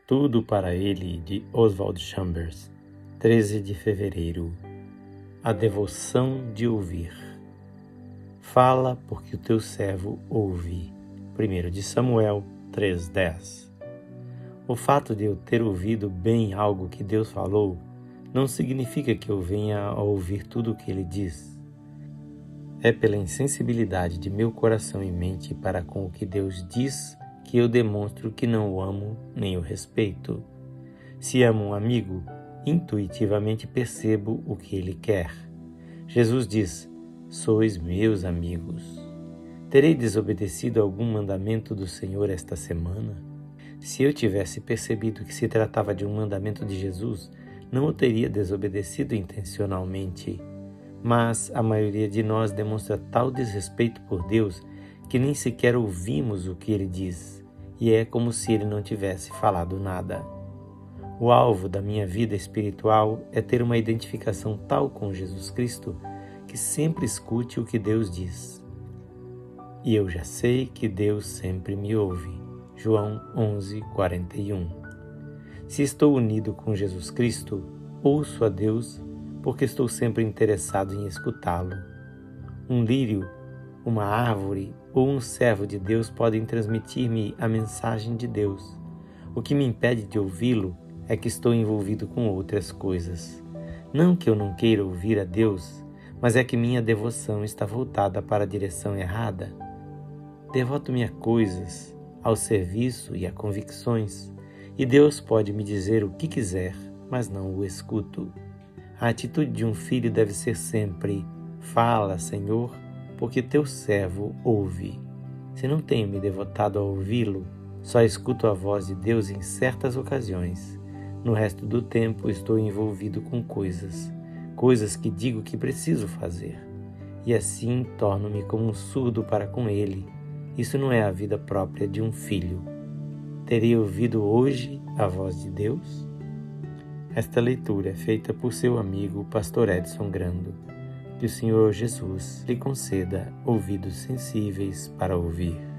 Tudo para ele, de Oswald Chambers, 13 de fevereiro. A devoção de ouvir. Fala, porque o teu servo ouve. 1 de Samuel 3:10. O fato de eu ter ouvido bem algo que Deus falou não significa que eu venha a ouvir tudo o que Ele diz. É pela insensibilidade de meu coração e mente para com o que Deus diz que eu demonstro que não o amo nem o respeito. Se amo um amigo, intuitivamente percebo o que ele quer. Jesus diz: sois meus amigos. Terei desobedecido algum mandamento do Senhor esta semana? Se eu tivesse percebido que se tratava de um mandamento de Jesus, não o teria desobedecido intencionalmente. Mas a maioria de nós demonstra tal desrespeito por Deus que nem sequer ouvimos o que Ele diz, e é como se Ele não tivesse falado nada. O alvo da minha vida espiritual é ter uma identificação tal com Jesus Cristo que sempre escute o que Deus diz. E eu já sei que Deus sempre me ouve. João 11:41. Se estou unido com Jesus Cristo, ouço a Deus porque estou sempre interessado em escutá-lo. Um lírio, uma árvore ou um servo de Deus podem transmitir-me a mensagem de Deus. O que me impede de ouvi-lo é que estou envolvido com outras coisas. Não que eu não queira ouvir a Deus, mas é que minha devoção está voltada para a direção errada. Devoto-me a coisas, ao serviço e a convicções, e Deus pode me dizer o que quiser, mas não o escuto. A atitude de um filho deve ser sempre: fala, Senhor, porque teu servo ouve. Se não tenho me devotado a ouvi-lo, só escuto a voz de Deus em certas ocasiões. No resto do tempo estou envolvido com coisas que digo que preciso fazer. E assim torno-me como um surdo para com Ele. Isso não é a vida própria de um filho. Terei ouvido hoje a voz de Deus? Esta leitura é feita por seu amigo Pastor Edson Grando. Que o Senhor Jesus lhe conceda ouvidos sensíveis para ouvir.